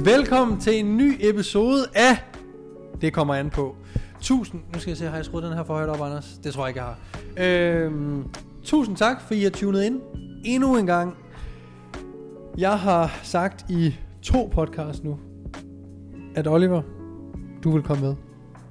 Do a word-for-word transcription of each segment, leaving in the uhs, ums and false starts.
Velkommen til en ny episode af Det kommer an på. Tusind, nu skal jeg se, har jeg skruet den her for højt op, Anders? Det tror jeg ikke, jeg har. Øhm, tusind tak, fordi I har tunet ind endnu en gang. Jeg har sagt i to podcasts nu, at Oliver, du vil komme med.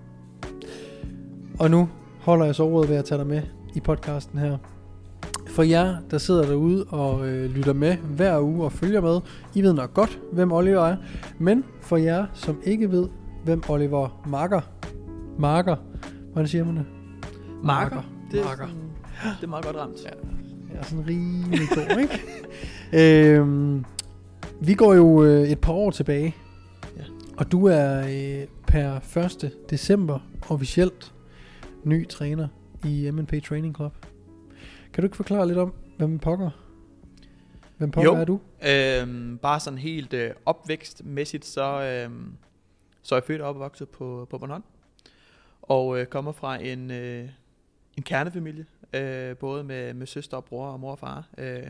Og nu holder jeg så ordet ved at tage dig med i podcasten her. For jer, der sidder derude og øh, lytter med hver uge og følger med, I ved nok godt, hvem Oliver er. Men for jer, som ikke ved, hvem Oliver Marker, Marker, hvordan siger man det? Marker. Det er, Marker. Sådan, det er meget godt ramt. Ja, jeg er sådan rimelig god, ikke? øhm, vi går jo øh, et par år tilbage, ja. Og du er øh, per første december officielt ny træner i M N P Training Club. Kan du ikke forklare lidt om, hvem pokker? Hvem pokker jo, er du? Øhm, bare sådan helt øh, opvækstmæssigt, så, øhm, så er jeg født og opvokset på, på Bornholm. Og øh, kommer fra en, øh, en kernefamilie, øh, både med, med søster og bror og mor og far. Øh,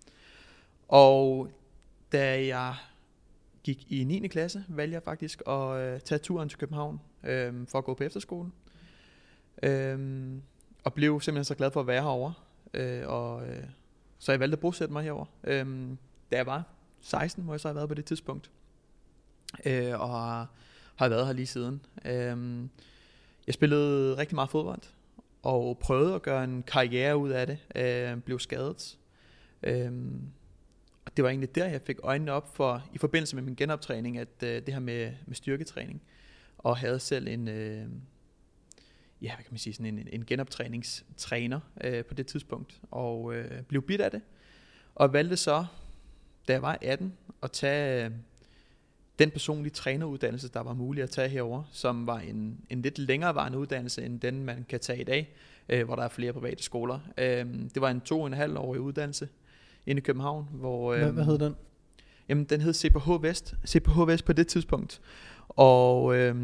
og da jeg gik i niende klasse, valgte jeg faktisk at øh, tage turen til København øh, for at gå på efterskole. Øh, og blev simpelthen så glad for at være herovre. Øh, og, øh, så jeg valgte at bosætte mig herovre. Øh, da jeg var seksten, må jeg så have været på det tidspunkt. Øh, og har været her lige siden. Øh, jeg spillede rigtig meget fodbold, og prøvede at gøre en karriere ud af det. Øh, blev skadet. Øh, og det var egentlig der, jeg fik øjnene op for, i forbindelse med min genoptræning, at øh, det her med, med styrketræning. Og havde selv en... Øh, ja, hvad kan man sige, sådan en, en genoptræningstræner øh, på det tidspunkt, og øh, blev bidt af det, og valgte så, da jeg var atten, at tage øh, den personlige træneruddannelse, der var mulig at tage herover, som var en, en lidt længerevarende uddannelse, end den man kan tage i dag, øh, hvor der er flere private skoler. Øh, det var en to og en halv årig uddannelse inde i København, hvor... Øh, hvad, hvad hed den? Jamen, den hed C P H Vest, C P H Vest på det tidspunkt, og øh,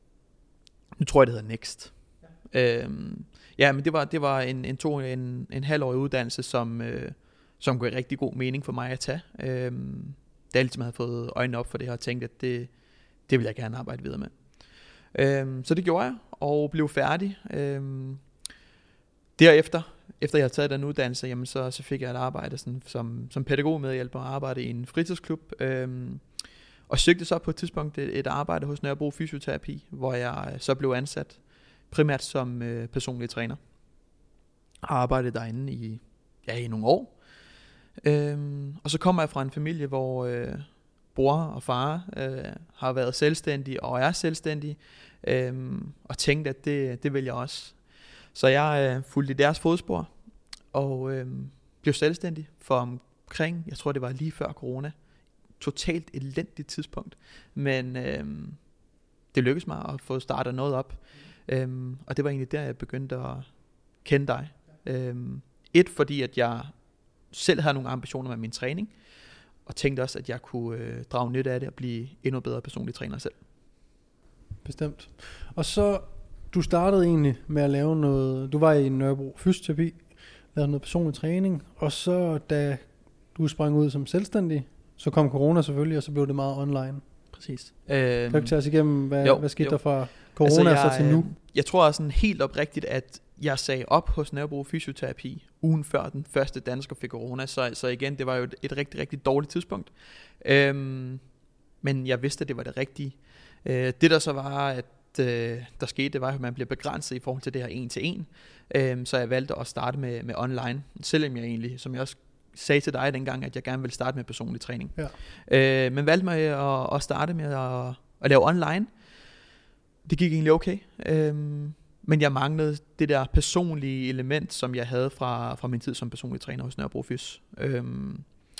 nu tror jeg, det hedder Next. Øhm, ja, men det var det var en en to en en halvårig uddannelse, som øh, som gav rigtig god mening for mig at tage. Øhm, da jeg ligesom havde fået øjnene op for det her og tænkte, at det det vil jeg gerne arbejde videre med. Øhm, så det gjorde jeg og blev færdig. Øhm, derefter, efter jeg havde taget den uddannelse, jamen så så fik jeg et arbejde sådan, som som pædagogmedhjælper og arbejde i en fritidsklub. Øhm, og søgte så på et tidspunkt et, et arbejde hos Nørrebro Fysioterapi, hvor jeg så blev ansat primært som øh, personlig træner. Har arbejdet derinde i, ja, i nogle år. Øhm, og så kommer jeg fra en familie, hvor øh, bror og far øh, har været selvstændige og er selvstændige. Øh, og tænkte, at det, det vil jeg også. Så jeg øh, fulgte i deres fodspor og øh, blev selvstændig for omkring, jeg tror det var lige før corona. Totalt elendigt tidspunkt. Men øh, det lykkedes mig at få startet noget op. Øhm, og det var egentlig der, jeg begyndte at kende dig. Øhm, et, fordi at jeg selv havde nogle ambitioner med min træning, og tænkte også, at jeg kunne øh, drage nytte af det og blive endnu bedre personlig træner selv. Bestemt. Og så, du startede egentlig med at lave noget, du var i Nørrebro Fysioterapi, lavede noget personlig træning, og så da du sprang ud som selvstændig, så kom corona selvfølgelig, og så blev det meget online. Præcis. Kan du ikke tage os igennem, hvad, jo, hvad skete jo. der fra corona altså, jeg, så til nu? Jeg tror også sådan helt oprigtigt, at jeg sagde op hos Nørrebro Fysioterapi ugen før den første dansker fik corona, så, så igen, det var jo et, et rigtig, rigtig dårligt tidspunkt. Øhm, men jeg vidste, at det var det rigtige. Øh, det der så var, at øh, der skete, det var, at man bliver begrænset i forhold til det her en til en. Øhm, så jeg valgte at starte med, med online, selvom jeg egentlig, som jeg også sagde til dig dengang, at jeg gerne ville starte med personlig træning. Ja. Øh, men valgte mig at, at starte med at, at lave online. Det gik egentlig okay. Øhm, men jeg manglede det der personlige element, som jeg havde fra, fra min tid som personlig træner hos Nørrebro Fys. Øhm,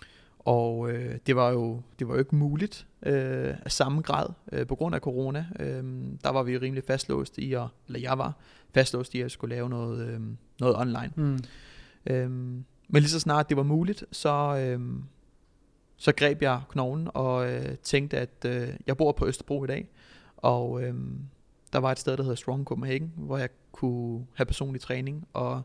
og øh, det var jo det var jo ikke muligt øh, af samme grad øh, på grund af corona. Øhm, der var vi jo rimelig fastlåst i at, eller jeg var fastlåst i at skulle lave noget, øh, noget online. Mm. Øhm, Men lige så snart det var muligt, så, øhm, så greb jeg knoglen og øh, tænkte, at øh, jeg bor på Østerbro i dag. Og øhm, der var et sted, der hedder Strong Copenhagen, hvor jeg kunne have personlig træning og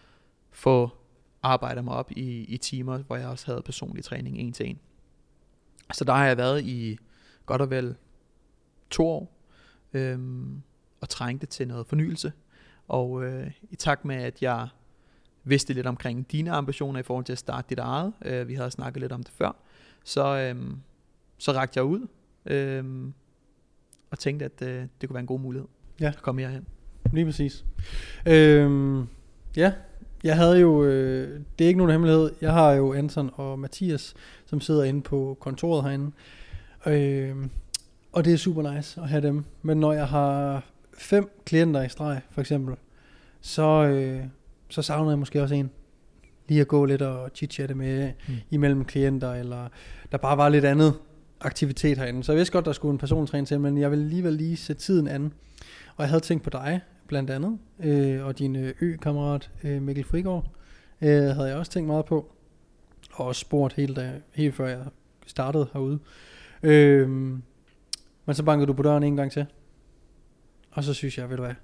få arbejdet mig op i, i timer, hvor jeg også havde personlig træning en til en. Så der har jeg været i godt og vel to år, øh, og trængte til noget fornyelse. Og øh, i takt med, at jeg vidste lidt omkring dine ambitioner i forhold til at starte dit eget, øh, vi havde snakket lidt om det før, så, øh, så rakte jeg ud, øh, og tænkte, at øh, det kunne være en god mulighed ja. at komme herhen. Lige præcis. Øhm, ja, jeg havde jo, øh, det er ikke nogen hemmelighed, jeg har jo Anton og Mathias, som sidder inde på kontoret herinde, øh, og det er super nice at have dem, men når jeg har fem klienter i streg, for eksempel, så, øh, så savner jeg måske også en, lige at gå lidt og chit-chatte med mm. imellem klienter, eller der bare var lidt andet aktivitet herinde. Så jeg vidste godt, der skulle en persontræner til, men jeg ville alligevel lige sætte tiden an. Og jeg havde tænkt på dig, blandt andet, øh, og din ø-kammerat øh, Mikkel Frigård, øh, havde jeg også tænkt meget på, og også spurgt helt, da, helt før jeg startede herude. Øh, men så bankede du på døren en gang til, og så synes jeg, ved du hvad,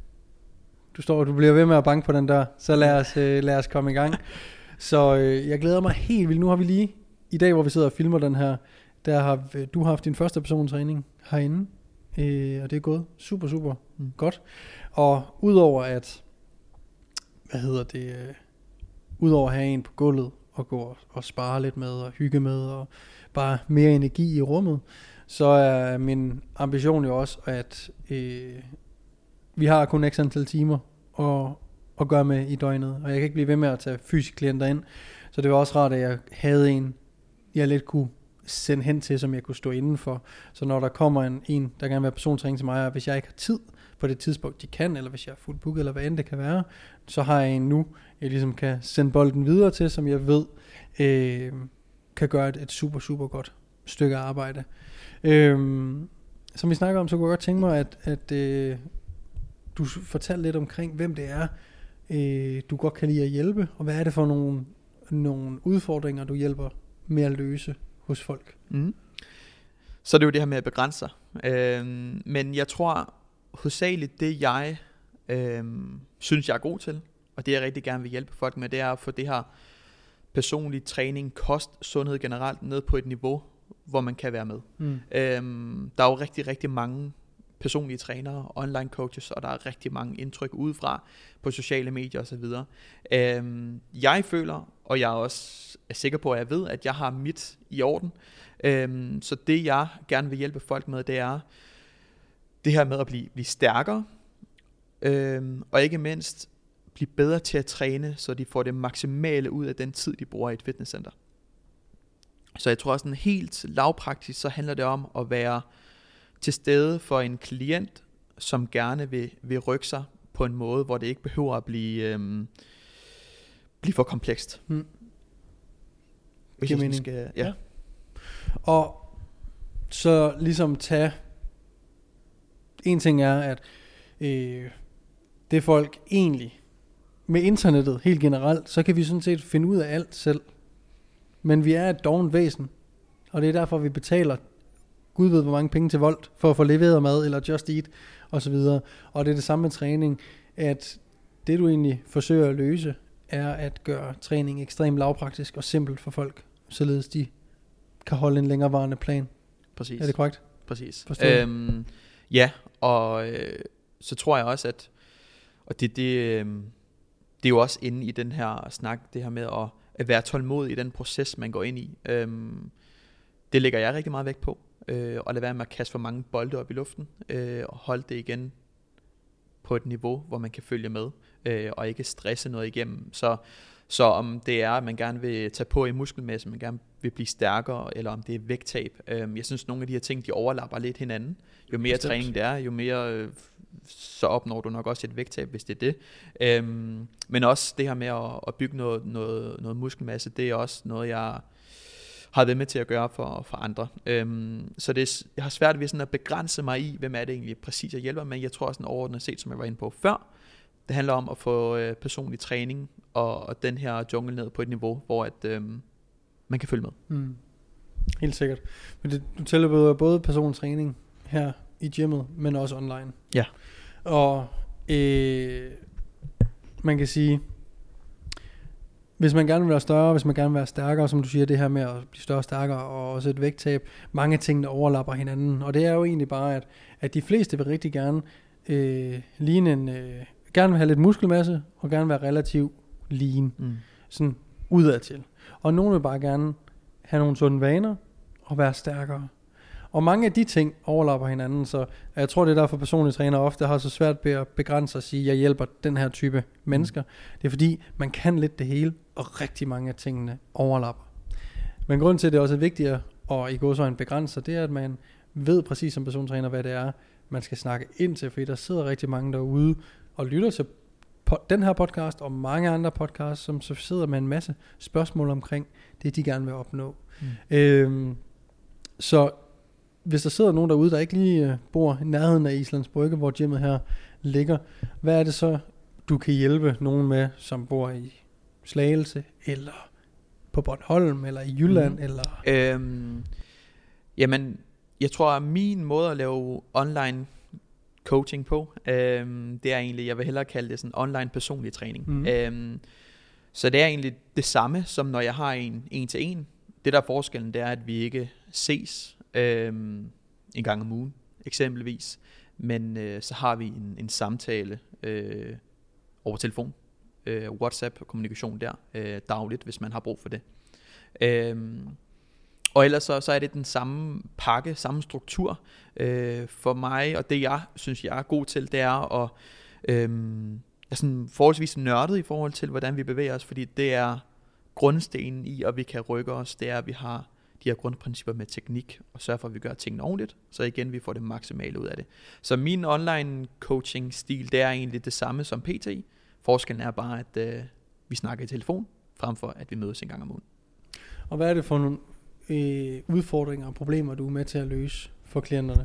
du står, du bliver ved med at banke på den dør, så lad os, øh, lad os komme i gang. Så øh, jeg glæder mig helt vildt. Nu har vi lige, i dag hvor vi sidder og filmer den her, der har du har haft din første persontræning herinde, øh, og det er gået super, super mm. godt. Og udover at, hvad hedder det, øh, udover at have en på gulvet, og gå og, og spare lidt med, og hygge med, og bare mere energi i rummet, så er min ambition jo også, at øh, vi har kun x antal timer at, at gøre med i døgnet, og jeg kan ikke blive ved med at tage fysiske klienter ind, så det var også rart, at jeg havde en, jeg lidt kunne sende hen til, som jeg kunne stå indenfor. Så når der kommer en, en der gerne vil have persontræning til mig, og hvis jeg ikke har tid på det tidspunkt, de kan, eller hvis jeg er fuldt booket, eller hvad end det kan være, så har jeg en nu, jeg ligesom kan sende bolden videre til, som jeg ved, øh, kan gøre et, et super, super godt stykke arbejde. Øh, som vi snakker om, så kunne jeg godt tænke mig, at, at øh, du fortalte lidt omkring, hvem det er, øh, du godt kan lide at hjælpe, og hvad er det for nogle, nogle udfordringer, du hjælper med at løse hos folk. Mm. Så er det jo det her med at begrænse sig. Øhm, men jeg tror hovedsageligt det jeg øhm, synes jeg er god til, og det jeg rigtig gerne vil hjælpe folk med, det er at få det her personlig træning, kost, sundhed generelt ned på et niveau, hvor man kan være med. Mm. Øhm, der er jo rigtig, rigtig mange personlige trænere, online coaches, og der er rigtig mange indtryk udefra på sociale medier osv. Øhm, jeg føler, og jeg er også er sikker på, at jeg ved, at jeg har mit i orden. Øhm, så det jeg gerne vil hjælpe folk med, det er det her med at blive, blive stærkere, øhm, og ikke mindst blive bedre til at træne, så de får det maksimale ud af den tid, de bruger i et fitnesscenter. Så jeg tror også, sådan helt lavpraktisk, så handler det om at være til stede for en klient, som gerne vil, vil rykke sig på en måde, hvor det ikke behøver at blive, øhm, blive for komplekst. Hmm. Hvis jeg skal, ja. ja. Og så ligesom tage, en ting er, at øh, det folk egentlig, med internettet helt generelt, så kan vi sådan set finde ud af alt selv. Men vi er et dovent væsen, og det er derfor, vi betaler Gud ved, hvor mange penge til Volt, for at få leveret mad, eller Just Eat, og så videre. Og det er det samme med træning, at det du egentlig forsøger at løse, er at gøre træning ekstremt lavpraktisk og simpelt for folk, således de kan holde en længerevarende plan. Præcis. Er det korrekt? Præcis. Øhm, ja, og øh, så tror jeg også, at og det, det, øh, det er jo også inde i den her snak, det her med at, at være tålmodig i den proces, man går ind i. Øhm, det lægger jeg rigtig meget vægt på. Øh, og lade være med at kaste for mange bolde op i luften, øh, og holde det igen på et niveau, hvor man kan følge med, øh, og ikke stresse noget igennem. Så, så om det er, at man gerne vil tage på i muskelmasse, man gerne vil blive stærkere, eller om det er vægttab. Øh, jeg synes, nogle af de her ting, de overlapper lidt hinanden. Jo mere Bestemt. træning det er, jo mere, øh, så opnår du nok også et vægttab, hvis det er det. Øh, men også det her med at, at bygge noget, noget, noget muskelmasse, det er også noget, jeg har været med til at gøre for, for andre. Øhm, så det er, jeg har svært ved sådan at begrænse mig i, hvem er det egentlig præcis, jeg hjælper, men jeg tror også overordnet set, som jeg var inde på før, det handler om at få øh, personlig træning, og, og den her jungle ned på et niveau, hvor at, øh, man kan følge med. Mm. Helt sikkert. Men det, du tilbyder både personlig træning her i gymmet, men også online. Ja. Og øh, man kan sige, hvis man gerne vil være større, hvis man gerne vil være stærkere, som du siger, det her med at blive større og stærkere, og også et vægttab, mange ting, der overlapper hinanden. Og det er jo egentlig bare, at, at de fleste vil rigtig gerne øh, ligne en, øh, gerne vil have lidt muskelmasse, og gerne være relativt lean, mm. sådan udadtil. Og nogen vil bare gerne have nogle sunde vaner, og være stærkere. Og mange af de ting overlapper hinanden, så jeg tror, det er derfor personlige træner ofte har så svært ved at begrænse og sige, at jeg hjælper den her type mennesker. Det er fordi, man kan lidt det hele, og rigtig mange af tingene overlapper. Men grund til, at det også er vigtigere at i gåseøjne begrænse, det er, at man ved præcis som persontræner, hvad det er, man skal snakke ind til, fordi der sidder rigtig mange derude og lytter til den her podcast og mange andre podcasts, som så sidder med en masse spørgsmål omkring det, de gerne vil opnå. Mm. Øhm, så hvis der sidder nogen derude, der ikke lige bor i nærheden af Islands Brygge, hvor gymmet her ligger, hvad er det så, du kan hjælpe nogen med, som bor i Slagelse, eller på Bornholm, eller i Jylland? Mm. Eller? Øhm, jamen, jeg tror, at min måde at lave online coaching på, øhm, det er egentlig, jeg vil hellere kalde det sådan online personlig træning. Mm. Øhm, så det er egentlig det samme, som når jeg har en en til en. Det der er forskellen, det er, at vi ikke ses Øhm, en gang om ugen eksempelvis, men øh, så har vi en, en samtale øh, over telefon, øh, WhatsApp og kommunikation der øh, dagligt, hvis man har brug for det. Øhm, og ellers så, så er det den samme pakke, samme struktur øh, for mig, og det jeg synes jeg er god til, det er at øh, er sådan forholdsvis nørdet i forhold til hvordan vi bevæger os, fordi det er grundstenen i at vi kan rykke os, det er at vi har de her grundprincipper med teknik, og sørge for, at vi gør tingene ordentligt, så igen, vi får det maksimale ud af det. Så min online coaching stil, det er egentlig det samme som P T. Forskellen er bare, at øh, vi snakker i telefon, frem for at vi mødes en gang om ugen. Og hvad er det for nogle øh, udfordringer og problemer, du er med til at løse for klienterne?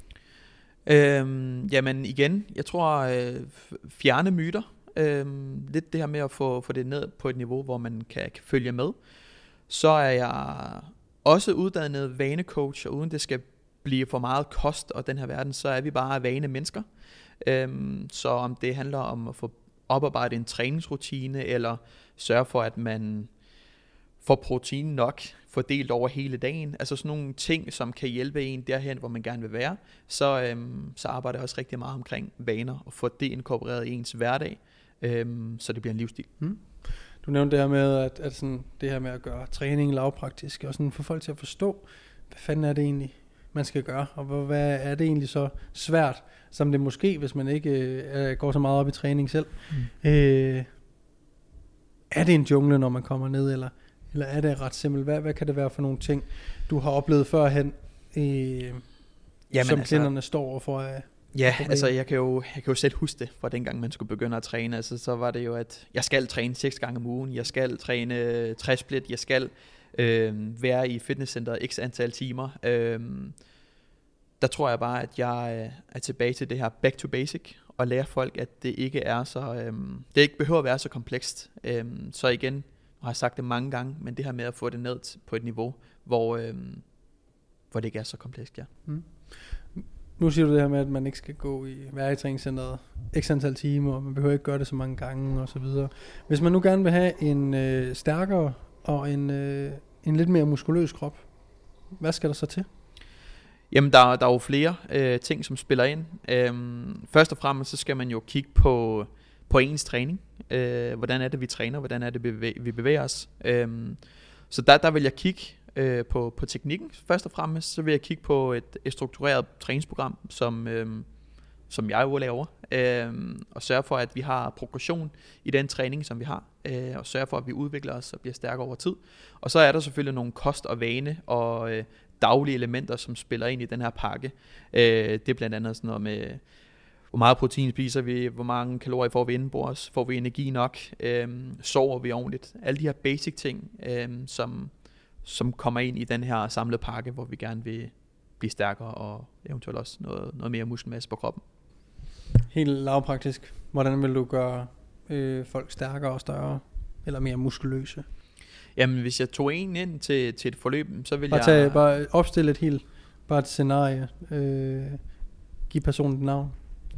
Øhm, jamen igen, jeg tror, øh, fjerne myter. Øhm, lidt det her med at få, få det ned på et niveau, hvor man kan, kan følge med. Så er jeg også uddannet vanecoach, og uden det skal blive for meget kost og den her verden, så er vi bare vane mennesker. Øhm, så om det handler om at få oparbejdet en træningsrutine, eller sørge for, at man får protein nok fordelt over hele dagen, altså sådan nogle ting, som kan hjælpe en derhen, hvor man gerne vil være, så, øhm, så arbejder jeg også rigtig meget omkring vaner, og få det inkorporeret i ens hverdag, øhm, så det bliver en livsstil. Mm. Du nævnte det her med, at, at sådan, det her med at gøre træning lavpraktisk, og sådan få folk til at forstå, hvad fanden er det egentlig, man skal gøre, og hvad er det egentlig så svært, som det måske, hvis man ikke øh, går så meget op i træning selv. Mm. Øh, er det en jungle, når man kommer ned, eller, eller er det ret simpelt? Hvad, hvad kan det være for nogle ting, du har oplevet førhen, øh, Jamen, som altså, klienterne står overfor af? Ja, altså jeg kan, jo, jeg kan jo selv huske det fra dengang man skulle begynde at træne. Altså så var det jo, at jeg skal træne seks gange om ugen, jeg skal træne tres split, jeg skal øh, være i fitnesscenteret x antal timer. Øh, der tror jeg bare, at jeg er tilbage til det her back to basic, og lære folk, at det ikke er så, øh, det ikke behøver at være så komplekst. Øh, så igen, jeg har sagt det mange gange, men det her med at få det ned på et niveau, hvor, øh, hvor det ikke er så komplekst, ja. Mm. Nu siger du det her med, at man ikke skal gå i være i træningscenteret x antal timer, og man behøver ikke gøre det så mange gange og så videre. Hvis man nu gerne vil have en øh, stærkere og en, øh, en lidt mere muskuløs krop, hvad skal der så til? Jamen der, der er jo flere øh, ting, som spiller ind. Øhm, først og fremmest så skal man jo kigge på, på ens træning. Øh, hvordan er det, vi træner? Hvordan er det, bevæ- vi bevæger os? Øhm, så der, der vil jeg kigge Øh, på, på teknikken først og fremmest. Så vil jeg kigge på et, et struktureret træningsprogram, som, øh, som jeg jo laver, øh, og sørge for, at vi har progression i den træning, som vi har, øh, og sørge for, at vi udvikler os og bliver stærkere over tid. Og så er der selvfølgelig nogle kost og vane og øh, daglige elementer, som spiller ind i den her pakke. Øh, det er blandt andet sådan noget med, hvor meget protein spiser vi, hvor mange kalorier får vi indenbords, får vi energi nok, øh, sover vi ordentligt. Alle de her basic ting, øh, som som kommer ind i den her samlede pakke, hvor vi gerne vil blive stærkere og eventuelt også noget, noget mere muskelmasse på kroppen. Helt lavpraktisk. Hvordan vil du gøre øh, folk stærkere og større, eller mere muskuløse? Jamen, hvis jeg tog en ind til, til et forløb, så vil bare jeg... Tage, bare opstille et helt, bare et scenarie. Øh, giv personen et navn.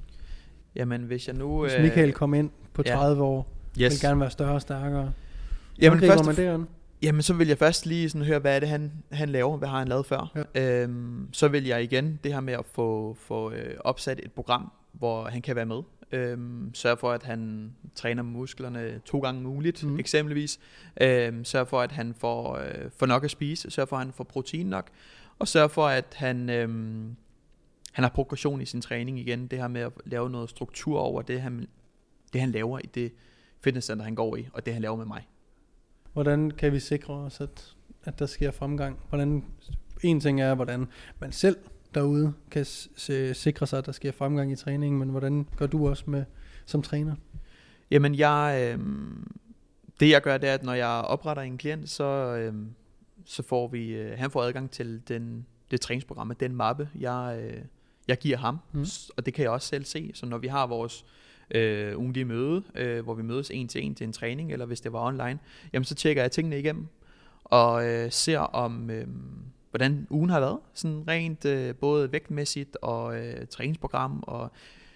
Jamen, hvis jeg nu... Hvis Michael kom ind på tredive ja. år, yes. vil gerne være større og stærkere. Jamen, okay, først, går man derind? Jamen, så vil jeg først lige sådan høre, hvad er det, han, han laver? Hvad har han lavet før? Ja. Øhm, så vil jeg igen det her med at få, få øh, opsat et program, hvor han kan være med. Øhm, sørg for, at han træner musklerne to gange muligt, mm. eksempelvis. Øhm, sørg for, at han får, øh, får nok at spise. Sørg for, at han får protein nok. Og sørg for, at han, øhm, han har progression i sin træning igen. Det her med at lave noget struktur over det, han, det, han laver i det fitnesscenter, han går i, og det, han laver med mig. Hvordan kan vi sikre os, at, at der sker fremgang? Hvordan, en ting er, hvordan man selv derude kan s- sikre sig, at der sker fremgang i træningen, men hvordan gør du også med som træner? Jamen, jeg, øh, det jeg gør, det er, at når jeg opretter en klient, så, øh, så får vi, øh, han får adgang til den, det træningsprogram, den mappe, jeg, øh, jeg giver ham, mm. og det kan jeg også selv se. Så når vi har vores øh, ugentlige møde, øh, hvor vi mødes en til en til en træning, eller hvis det var online, jamen så tjekker jeg tingene igennem, og øh, ser om, øh, hvordan ugen har været, sådan rent øh, både vægtmæssigt og øh, træningsprogram og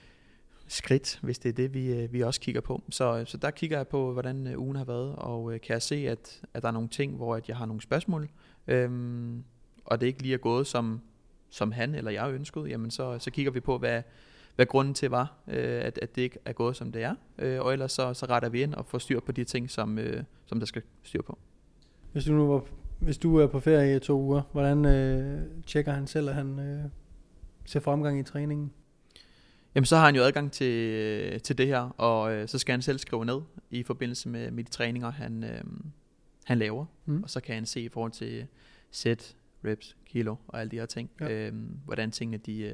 skridt, hvis det er det, vi, øh, vi også kigger på. Så, så der kigger jeg på, hvordan øh, ugen har været, og øh, kan jeg se, at, at der er nogle ting, hvor at jeg har nogle spørgsmål, øh, og det ikke lige er gået, som, som han eller jeg ønskede, jamen så, så kigger vi på, hvad hvad grunden til var, øh, at, at det ikke er gået, som det er. Øh, og ellers så, så retter vi ind og får styr på de ting, som, øh, som der skal styr på. Hvis du nu var, hvis du er på ferie i to uger, hvordan øh, tjekker han selv, at han øh, ser fremgang i træningen? Jamen så har han jo adgang til, til det her, og øh, så skal han selv skrive ned i forbindelse med, med de træninger, han, øh, han laver. Mm. Og så kan han se i forhold til sæt, reps, kilo og alle de her ting, ja. øh, hvordan tingene de, øh,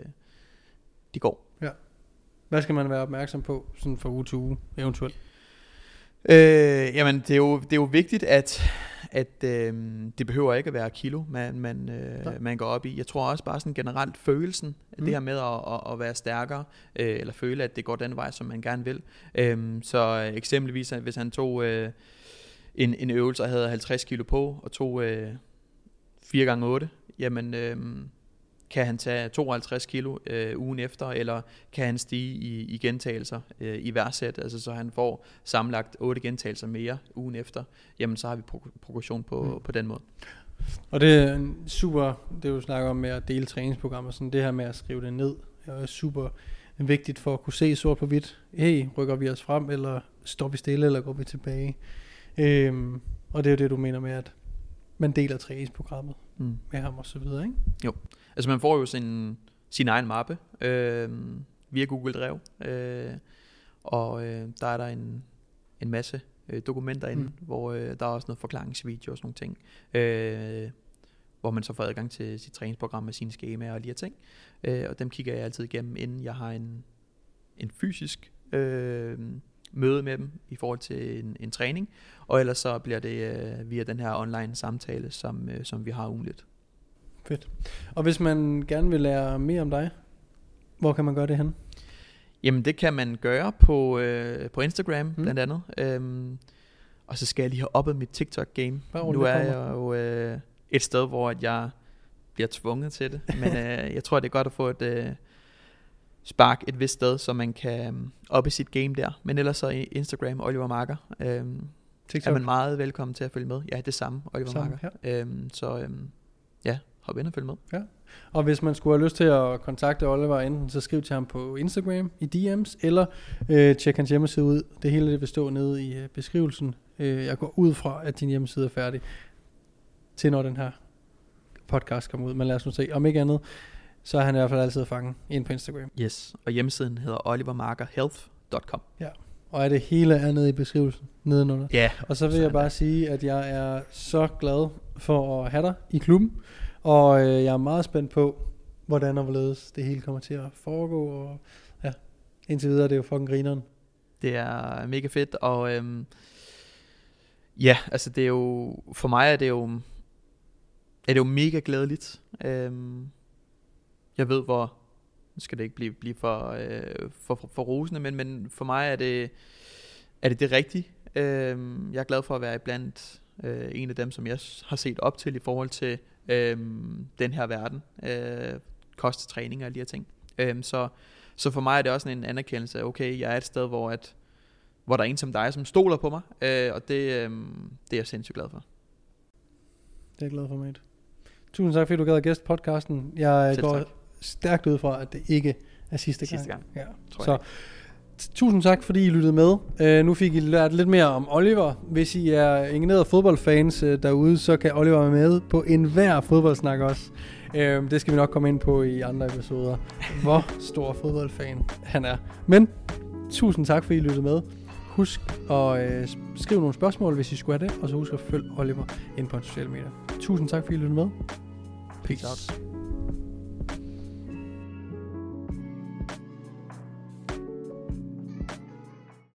de går. Ja. Hvad skal man være opmærksom på sådan fra uge til uge eventuelt? Øh, jamen det er jo det er jo vigtigt at at øh, det behøver ikke at være kilo man man øh, man går op i. Jeg tror også bare sådan generelt følelsen mm. det her med at, at, at være stærkere øh, eller føle at det går den vej som man gerne vil. Øh, så eksempelvis hvis han tog øh, en en øvelse og havde halvtreds kilo på og tog øh, fire gange otte, jamen øh, kan han tage tooghalvtreds kilo øh, ugen efter, eller kan han stige i, i gentagelser øh, i hver sæt, altså så han får sammenlagt otte gentagelser mere ugen efter, jamen så har vi pro- progression på, mm. på den måde. Og det er en super, det du snakker om med at dele træningsprogrammer, sådan det her med at skrive det ned, er super vigtigt for at kunne se sort på hvidt, hey, rykker vi os frem, eller står vi stille, eller går vi tilbage. Øhm, og det er jo det, du mener med, at man deler træningsprogrammet mm. med ham og så videre, ikke? Jo. Altså man får jo sin, sin egen mappe øh, via Google Drive, øh, og øh, der er der en, en masse øh, dokumenter inde, mm. hvor øh, der er også noget forklaringsvideo og sådan nogle ting, øh, hvor man så får adgang til sit træningsprogram med sine skemaer og de her ting, øh, og dem kigger jeg altid igennem, inden jeg har en, en fysisk øh, møde med dem i forhold til en, en træning, og ellers så bliver det øh, via den her online samtale, som, øh, som vi har ugenligt. Fedt. Og hvis man gerne vil lære mere om dig, hvor kan man gøre det hen? Jamen det kan man gøre på, øh, på Instagram mm. blandt andet. Øhm, og så skal jeg lige have oppet mit TikTok-game. Nu er jeg jo øh, et sted, hvor jeg bliver tvunget til det. Men øh, jeg tror, det er godt at få et øh, spark et vist sted, så man kan øh, oppe sit game der. Men ellers så Instagram, Oliver Marker. Øhm, er man meget velkommen til at følge med. Ja, det samme, Oliver samme, Marker. Ja. Øhm, så øhm, ja, hop ind og følg med. Ja. Og hvis man skulle have lyst til at kontakte Oliver, enten så skriv til ham på Instagram i D M's, eller øh, tjek hans hjemmeside ud. Det hele det vil stå nede i øh, beskrivelsen. Øh, jeg går ud fra, at din hjemmeside er færdig til når den her podcast kommer ud. Men lad os nu se. Om ikke andet, så er han i hvert fald altid at fange ind på Instagram. Yes, og hjemmesiden hedder oliver marker health punktum com. Ja, og er det hele er nede i beskrivelsen nedenunder. Ja. Yeah, og så vil jeg bare det. sige, at jeg er så glad for at have dig i klubben. Og øh, jeg er meget spændt på, hvordan og hvorledes det hele kommer til at foregå. Og ja, indtil videre det er jo fucking grineren. Det er mega fedt, og øhm, ja, altså det er jo, for mig er det jo, er det jo mega glædeligt. Øhm, jeg ved hvor, nu skal det ikke blive, blive for, øh, for, for, for rosende, men, men for mig er det, er det det rigtige. Øhm, jeg er glad for at være blandt øh, en af dem, som jeg har set op til i forhold til Øhm, den her verden, øh, kost, træning og alle de her ting. Øhm, så, så for mig er det også en anerkendelse af, okay, jeg er et sted, hvor at hvor der er en som dig, som stoler på mig, øh, og det, øh, det er jeg sindssygt glad for. Det er jeg glad for, mate. Tusind tak, fordi du gad at gæste podcasten. Jeg Selv går tak. stærkt ud fra, at det ikke er sidste, Sidste gang. Ja. Tror Så jeg t- tusind tak, fordi I lyttede med. Uh, nu fik I lært lidt mere om Oliver. Hvis I er indignerede fodboldfans uh, derude, så kan Oliver være med på enhver fodboldsnak også. Uh, det skal vi nok komme ind på i andre episoder. Hvor stor fodboldfan han er. Men tusind tak, fordi I lyttede med. Husk at øh, skrive nogle spørgsmål, hvis I skulle have det. Og så husk at følge Oliver ind på sociale medier. Tusind tak, fordi I lyttede med. Peace out.